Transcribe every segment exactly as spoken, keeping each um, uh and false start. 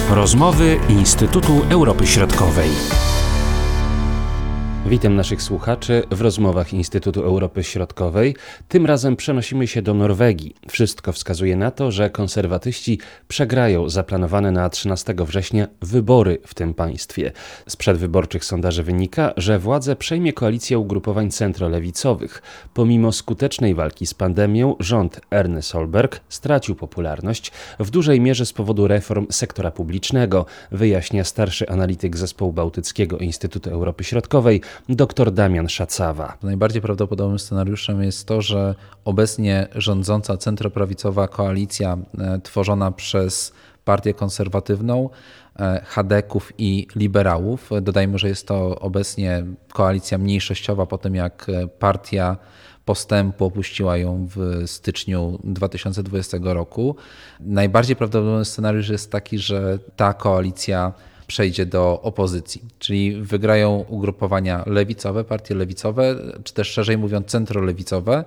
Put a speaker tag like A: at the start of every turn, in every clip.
A: Rozmowy Instytutu Europy Środkowej. Witam naszych słuchaczy w rozmowach Instytutu Europy Środkowej. Tym razem przenosimy się do Norwegii. Wszystko wskazuje na to, że konserwatyści przegrają zaplanowane na trzynastego września wybory w tym państwie. Z przedwyborczych sondaży wynika, że władzę przejmie koalicja ugrupowań centrolewicowych. Pomimo skutecznej walki z pandemią, rząd Erny Solberg stracił popularność w dużej mierze z powodu reform sektora publicznego, wyjaśnia starszy analityk Zespołu Bałtyckiego Instytutu Europy Środkowej dr Damian Szacawa.
B: Najbardziej prawdopodobnym scenariuszem jest to, że obecnie rządząca centroprawicowa koalicja e, tworzona przez partię konserwatywną, e, chadeków i liberałów, dodajmy, że jest to obecnie koalicja mniejszościowa po tym, jak partia Postępu opuściła ją w styczniu dwa tysiące dwudziestego roku. Najbardziej prawdopodobny scenariusz jest taki, że ta koalicja przejdzie do opozycji, czyli wygrają ugrupowania lewicowe, partie lewicowe, czy też szerzej mówiąc centrolewicowe.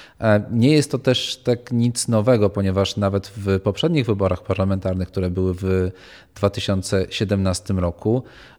B: Nie jest to też tak nic nowego, ponieważ nawet w poprzednich wyborach parlamentarnych, które były w dwa tysiące siedemnastym roku,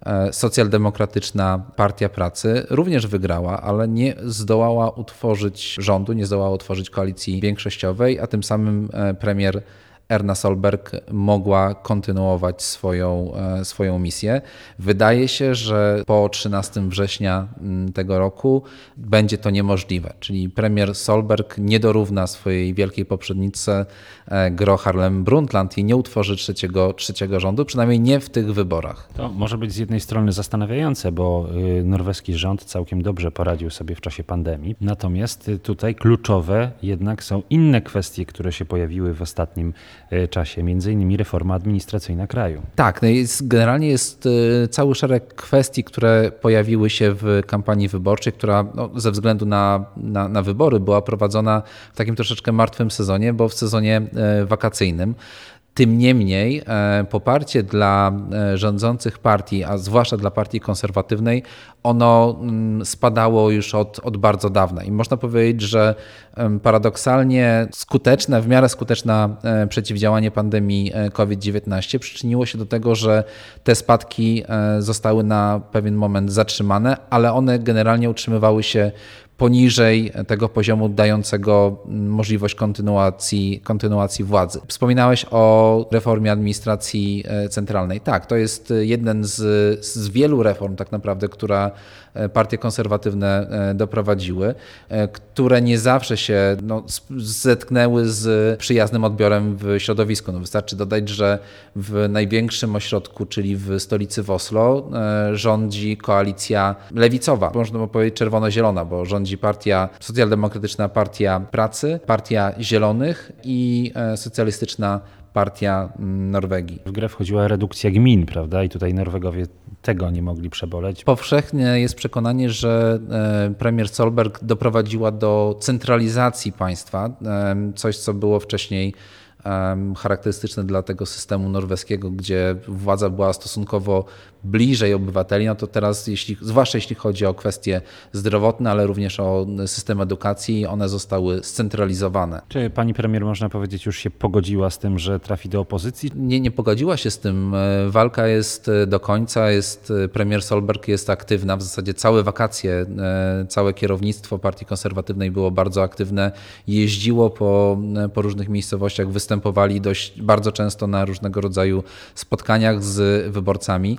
B: Socjaldemokratyczna Partia Pracy również wygrała, ale nie zdołała utworzyć rządu, nie zdołała utworzyć koalicji większościowej, a tym samym premier Erna Solberg mogła kontynuować swoją, swoją misję. Wydaje się, że po trzynastego września tego roku będzie to niemożliwe, czyli premier Solberg nie dorówna swojej wielkiej poprzedniczce Gro Harlem Brundtland i nie utworzy trzeciego, trzeciego rządu, przynajmniej nie w tych wyborach.
A: To może być z jednej strony zastanawiające, bo norweski rząd całkiem dobrze poradził sobie w czasie pandemii, natomiast tutaj kluczowe jednak są inne kwestie, które się pojawiły w ostatnim czasie, między innymi reforma administracyjna kraju.
B: Tak, no jest, generalnie jest cały szereg kwestii, które pojawiły się w kampanii wyborczej, która no, ze względu na, na, na wybory była prowadzona w takim troszeczkę martwym sezonie, bo w sezonie wakacyjnym. Tym niemniej poparcie dla rządzących partii, a zwłaszcza dla partii konserwatywnej, ono spadało już od, od bardzo dawna. I można powiedzieć, że paradoksalnie skuteczne, w miarę skuteczne przeciwdziałanie pandemii kowid dziewiętnaście przyczyniło się do tego, że te spadki zostały na pewien moment zatrzymane, ale one generalnie utrzymywały się poniżej tego poziomu dającego możliwość kontynuacji, kontynuacji władzy. Wspominałeś o reformie administracji centralnej. Tak, to jest jeden z, z wielu reform tak naprawdę, która partie konserwatywne doprowadziły, które nie zawsze się no, zetknęły z przyjaznym odbiorem w środowisku. No, wystarczy dodać, że w największym ośrodku, czyli w stolicy w Oslo, rządzi koalicja lewicowa, można powiedzieć czerwono-zielona, bo rządzi partia Socjaldemokratyczna Partia Pracy, Partia Zielonych i Socjalistyczna Partia Norwegii.
A: W grę wchodziła redukcja gmin, prawda? I tutaj Norwegowie tego nie mogli przeboleć.
B: Powszechnie jest przekonanie, że premier Solberg doprowadziła do centralizacji państwa, coś co było wcześniej charakterystyczne dla tego systemu norweskiego, gdzie władza była stosunkowo bliżej obywateli, no to teraz, jeśli, zwłaszcza jeśli chodzi o kwestie zdrowotne, ale również o system edukacji, one zostały scentralizowane.
A: Czy pani premier, można powiedzieć, już się pogodziła z tym, że trafi do opozycji?
B: Nie, nie pogodziła się z tym. Walka jest do końca, jest, premier Solberg jest aktywna, w zasadzie całe wakacje, całe kierownictwo partii konserwatywnej było bardzo aktywne, jeździło po, po różnych miejscowościach, występowali dość bardzo często na różnego rodzaju spotkaniach z wyborcami.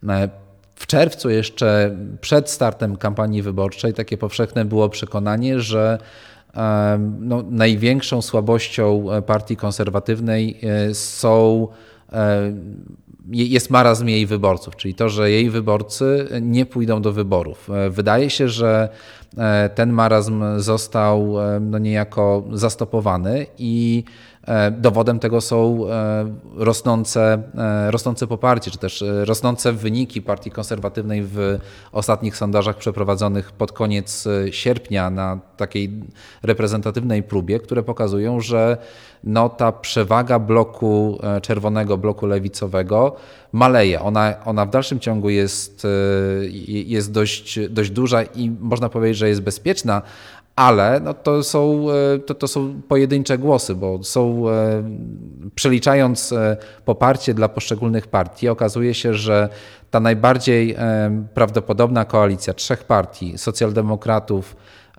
B: W czerwcu jeszcze przed startem kampanii wyborczej takie powszechne było przekonanie, że no, największą słabością partii konserwatywnej są, jest marazm jej wyborców, czyli to, że jej wyborcy nie pójdą do wyborów. Wydaje się, że ten marazm został no, niejako zastopowany i dowodem tego są rosnące, rosnące poparcie, czy też rosnące wyniki partii konserwatywnej w ostatnich sondażach przeprowadzonych pod koniec sierpnia na takiej reprezentatywnej próbie, które pokazują, że no, ta przewaga bloku czerwonego, bloku lewicowego maleje. Ona, ona w dalszym ciągu jest, jest dość, dość duża i można powiedzieć, że jest bezpieczna, ale no to, są, to, to są pojedyncze głosy, bo są, przeliczając poparcie dla poszczególnych partii, okazuje się, że ta najbardziej prawdopodobna koalicja trzech partii, socjaldemokratów,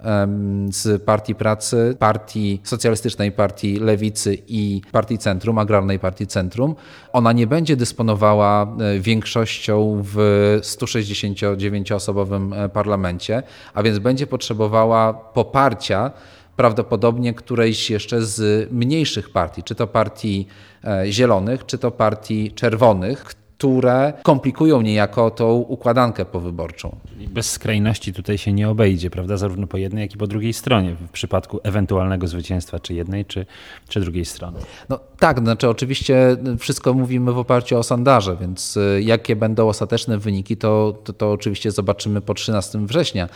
B: z Partii Pracy, Partii Socjalistycznej Partii Lewicy i Partii Centrum, Agrarnej Partii Centrum, ona nie będzie dysponowała większością w stu sześćdziesięciodziewięcioosobowym parlamencie, a więc będzie potrzebowała poparcia prawdopodobnie którejś jeszcze z mniejszych partii, czy to partii zielonych, czy to partii czerwonych, które komplikują niejako tą układankę powyborczą.
C: Bez skrajności tutaj się nie obejdzie, prawda? Zarówno po jednej, jak i po drugiej stronie, w przypadku ewentualnego zwycięstwa czy jednej, czy, czy drugiej strony.
B: No tak, znaczy oczywiście wszystko mówimy w oparciu o sondaże, więc jakie będą ostateczne wyniki, to, to, to oczywiście zobaczymy po trzynastego września.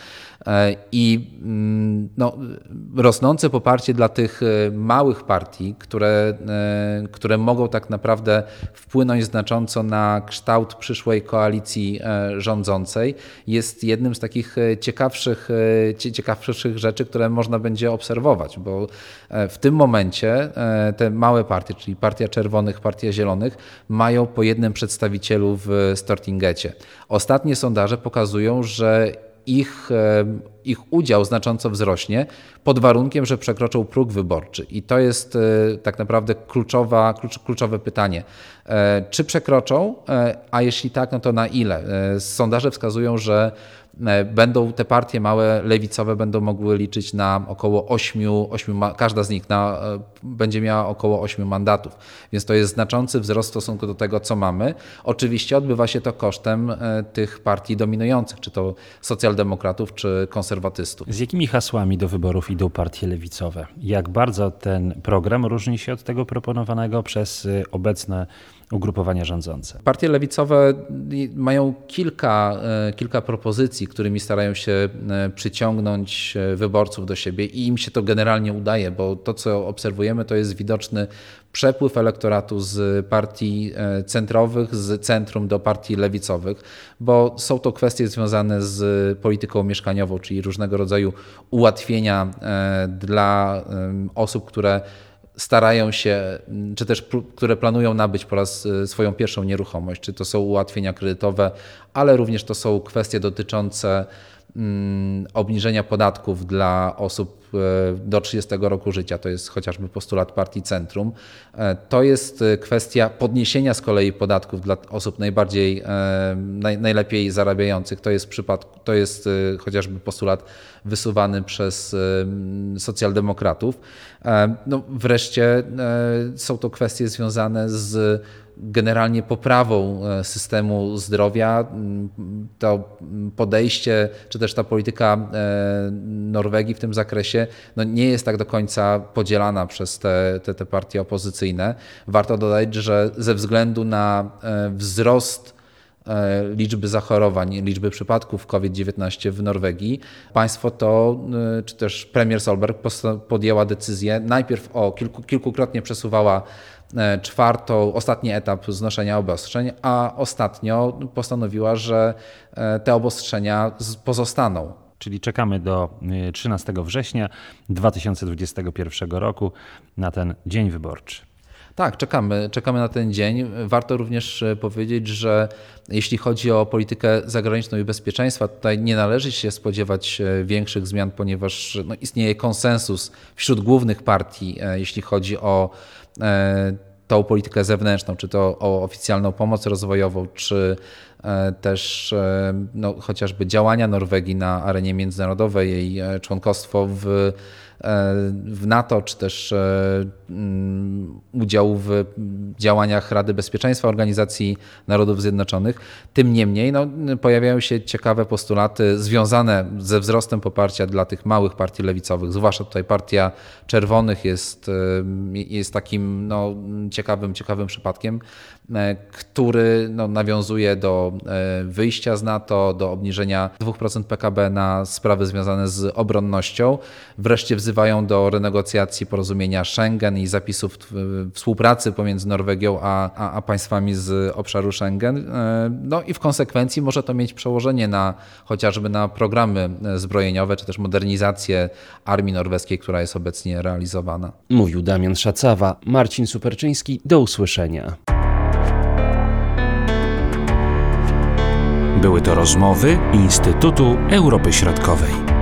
B: I no, rosnące poparcie dla tych małych partii, które, które mogą tak naprawdę wpłynąć znacząco na kształt przyszłej koalicji rządzącej, jest jednym z takich ciekawszych, ciekawszych rzeczy, które można będzie obserwować, bo w tym momencie te małe partie, czyli Partia Czerwonych, Partia Zielonych, mają po jednym przedstawicielu w Stortingecie. Ostatnie sondaże pokazują, że ich, ich udział znacząco wzrośnie pod warunkiem, że przekroczą próg wyborczy. I to jest tak naprawdę kluczowa, klucz, kluczowe pytanie. Czy przekroczą, a jeśli tak, no to na ile? Sondaże wskazują, że będą te partie małe, lewicowe będą mogły liczyć na około ośmiu, ośmiu każda z nich na, będzie miała około ośmiu mandatów, więc to jest znaczący wzrost w stosunku do tego, co mamy. Oczywiście odbywa się to kosztem tych partii dominujących, czy to socjaldemokratów, czy konserwatystów.
C: Z jakimi hasłami do wyborów idą partie lewicowe? Jak bardzo ten program różni się od tego proponowanego przez obecne ugrupowania rządzące?
B: Partie lewicowe mają kilka, kilka propozycji, którymi starają się przyciągnąć wyborców do siebie i im się to generalnie udaje, bo to, co obserwujemy, to jest widoczny przepływ elektoratu z partii centrowych, z centrum do partii lewicowych, bo są to kwestie związane z polityką mieszkaniową, czyli różnego rodzaju ułatwienia dla osób, które starają się, czy też które planują nabyć po raz swoją pierwszą nieruchomość, czy to są ułatwienia kredytowe, ale również to są kwestie dotyczące obniżenia podatków dla osób do trzydziestego roku życia, to jest chociażby postulat Partii Centrum. To jest kwestia podniesienia z kolei podatków dla osób najbardziej, naj, najlepiej zarabiających. To jest przypadku, to jest chociażby postulat wysuwany przez socjaldemokratów. No, wreszcie są to kwestie związane z generalnie poprawą systemu zdrowia. To podejście, czy też ta polityka Norwegii w tym zakresie no nie jest tak do końca podzielana przez te, te, te partie opozycyjne. Warto dodać, że ze względu na wzrost liczby zachorowań, liczby przypadków COVID dziewiętnaście w Norwegii, państwo to, czy też premier Solberg podjęła decyzję, najpierw o kilku, kilkukrotnie przesuwała czwartą, ostatni etap znoszenia obostrzeń, a ostatnio postanowiła, że te obostrzenia pozostaną.
C: Czyli czekamy do trzynastego września dwa tysiące dwudziestego pierwszego roku na ten dzień wyborczy.
B: Tak, czekamy, czekamy na ten dzień. Warto również powiedzieć, że jeśli chodzi o politykę zagraniczną i bezpieczeństwa, tutaj nie należy się spodziewać większych zmian, ponieważ no, istnieje konsensus wśród głównych partii, jeśli chodzi o tą politykę zewnętrzną, czy to o oficjalną pomoc rozwojową, czy też no, chociażby działania Norwegii na arenie międzynarodowej, jej członkostwo w w NATO, czy też udział w działaniach Rady Bezpieczeństwa Organizacji Narodów Zjednoczonych. Tym niemniej no, pojawiają się ciekawe postulaty związane ze wzrostem poparcia dla tych małych partii lewicowych, zwłaszcza tutaj Partia Czerwonych jest, jest takim no, ciekawym, ciekawym przypadkiem, który no, nawiązuje do wyjścia z NATO, do obniżenia dwóch procent P K B na sprawy związane z obronnością. Wreszcie wzywa wzywają do renegocjacji porozumienia Schengen i zapisów współpracy pomiędzy Norwegią a, a, a państwami z obszaru Schengen. No i w konsekwencji może to mieć przełożenie na chociażby na programy zbrojeniowe, czy też modernizację armii norweskiej, która jest obecnie realizowana.
A: Mówił Damian Szacawa, Marcin Superczyński. Do usłyszenia.
D: Były to rozmowy Instytutu Europy Środkowej.